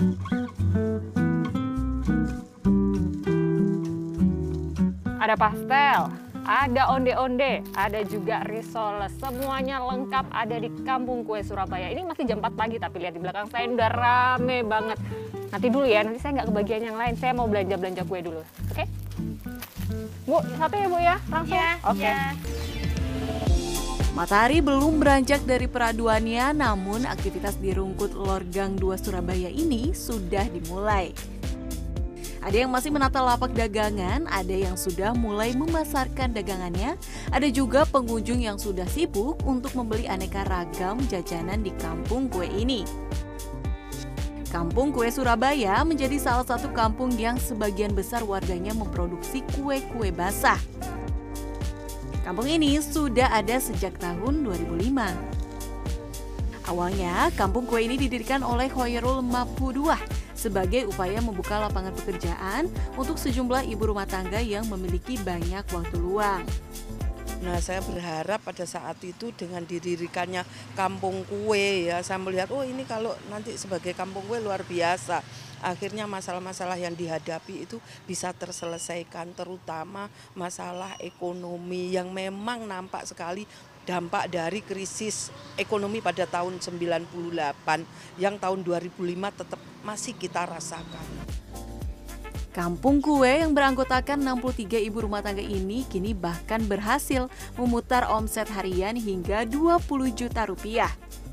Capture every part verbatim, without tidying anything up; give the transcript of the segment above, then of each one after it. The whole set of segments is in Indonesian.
Ada pastel, ada onde-onde, ada juga risoles. Semuanya lengkap ada di Kampung Kue Surabaya. Ini masih jam empat pagi, tapi lihat di belakang saya udah rame banget. Nanti dulu ya, nanti saya nggak kebagian yang lain. Saya mau belanja-belanja kue dulu, oke? Bu, satu ya Bu ya, langsung? Ya, oke. ya. Matahari belum beranjak dari peraduannya, namun aktivitas di Rungkut Lor Gang dua Surabaya ini sudah dimulai. Ada yang masih menata lapak dagangan, ada yang sudah mulai memasarkan dagangannya, ada juga pengunjung yang sudah sibuk untuk membeli aneka ragam jajanan di kampung kue ini. Kampung Kue Surabaya menjadi salah satu kampung yang sebagian besar warganya memproduksi kue-kue basah. Kampung ini sudah ada sejak tahun dua ribu lima. Awalnya, kampung kue ini didirikan oleh Khoirul Maphuduah sebagai upaya membuka lapangan pekerjaan untuk sejumlah ibu rumah tangga yang memiliki banyak waktu luang. Nah, saya berharap pada saat itu dengan didirikannya kampung kue ya, saya melihat oh ini kalau nanti sebagai kampung kue luar biasa. Akhirnya masalah-masalah yang dihadapi itu bisa terselesaikan, terutama masalah ekonomi yang memang nampak sekali dampak dari krisis ekonomi pada tahun sembilan puluh delapan yang tahun dua ribu lima tetap masih kita rasakan. Kampung kue yang beranggotakan enam puluh tiga ibu rumah tangga ini kini bahkan berhasil memutar omset harian hingga dua puluh juta rupiah.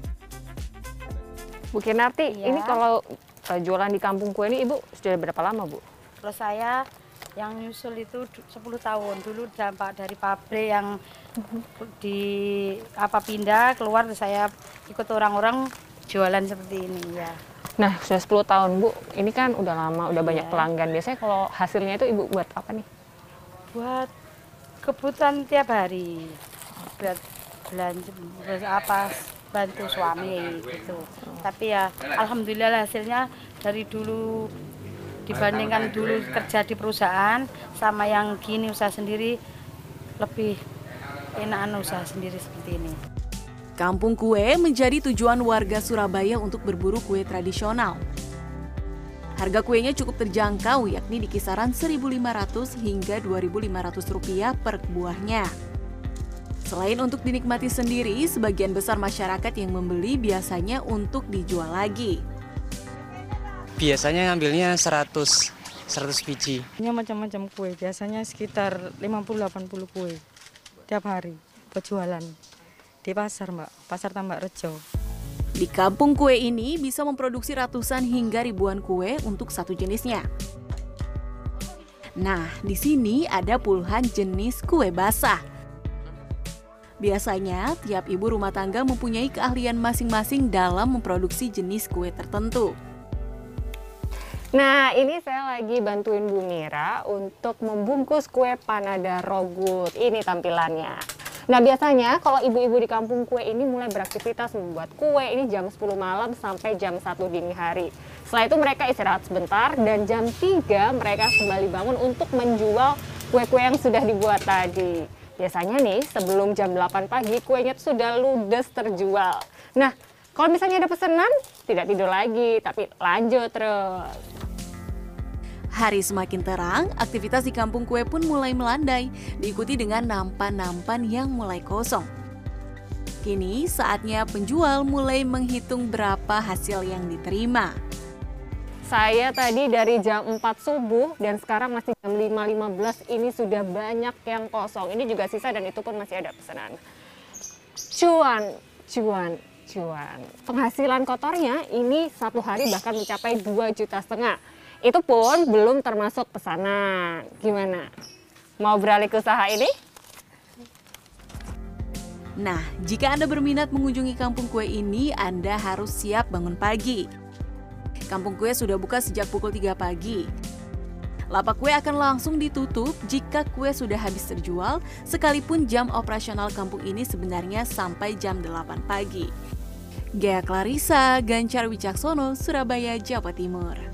Bu Kinarti, Iya. ini kalau uh, jualan di kampung kue ini Ibu sudah berapa lama Bu? Kalau saya yang nyusul itu sepuluh tahun. Dulu dampak dari pabrik yang di apa pindah keluar, saya ikut orang-orang jualan seperti ini ya. Nah, sudah sepuluh tahun Bu, ini kan udah lama, udah banyak Iya. pelanggan. Biasanya kalau hasilnya itu Ibu buat apa nih? Buat kebutuhan tiap hari, buat belanja, buat apa, bantu suami gitu. Tapi ya alhamdulillah hasilnya dari dulu dibandingkan dulu kerja di perusahaan sama yang gini usaha sendiri lebih enakan usaha sendiri seperti ini. Kampung kue menjadi tujuan warga Surabaya untuk berburu kue tradisional. Harga kuenya cukup terjangkau, yakni di kisaran seribu lima ratus hingga dua ribu lima ratus rupiah per buahnya. Selain untuk dinikmati sendiri, sebagian besar masyarakat yang membeli biasanya untuk dijual lagi. Biasanya ngambilnya seratus biji. Ini macam-macam kue, biasanya sekitar lima puluh delapan puluh kue tiap hari buat jualan di pasar, Mbak, Pasar Tambak Rejo. Di kampung kue ini bisa memproduksi ratusan hingga ribuan kue untuk satu jenisnya. Nah, di sini ada puluhan jenis kue basah. Biasanya, tiap ibu rumah tangga mempunyai keahlian masing-masing dalam memproduksi jenis kue tertentu. Nah, ini saya lagi bantuin Bu Mira untuk membungkus kue panada rogut. Ini tampilannya. Nah, biasanya kalau ibu-ibu di kampung kue ini mulai beraktivitas membuat kue ini jam sepuluh malam sampai jam satu dini hari. Setelah itu mereka istirahat sebentar dan jam tiga mereka kembali bangun untuk menjual kue-kue yang sudah dibuat tadi. Biasanya nih sebelum jam delapan pagi kuenya sudah ludes terjual. Nah, kalau misalnya ada pesanan tidak tidur lagi tapi lanjut terus. Hari semakin terang, aktivitas di kampung kue pun mulai melandai, diikuti dengan nampan-nampan yang mulai kosong. Kini saatnya penjual mulai menghitung berapa hasil yang diterima. Saya tadi dari jam empat subuh dan sekarang masih jam lima lima belas, ini sudah banyak yang kosong. Ini juga sisa dan itu pun masih ada pesanan. Cuan, cuan, cuan. Penghasilan kotornya ini satu hari bahkan mencapai dua juta setengah. Itu pun belum termasuk pesanan. Gimana? Mau beralih ke usaha ini? Nah, jika Anda berminat mengunjungi kampung kue ini, Anda harus siap bangun pagi. Kampung kue sudah buka sejak pukul tiga pagi. Lapak kue akan langsung ditutup jika kue sudah habis terjual, sekalipun jam operasional kampung ini sebenarnya sampai jam delapan pagi. Gea Clarissa, Gancar Wicaksono, Surabaya, Jawa Timur.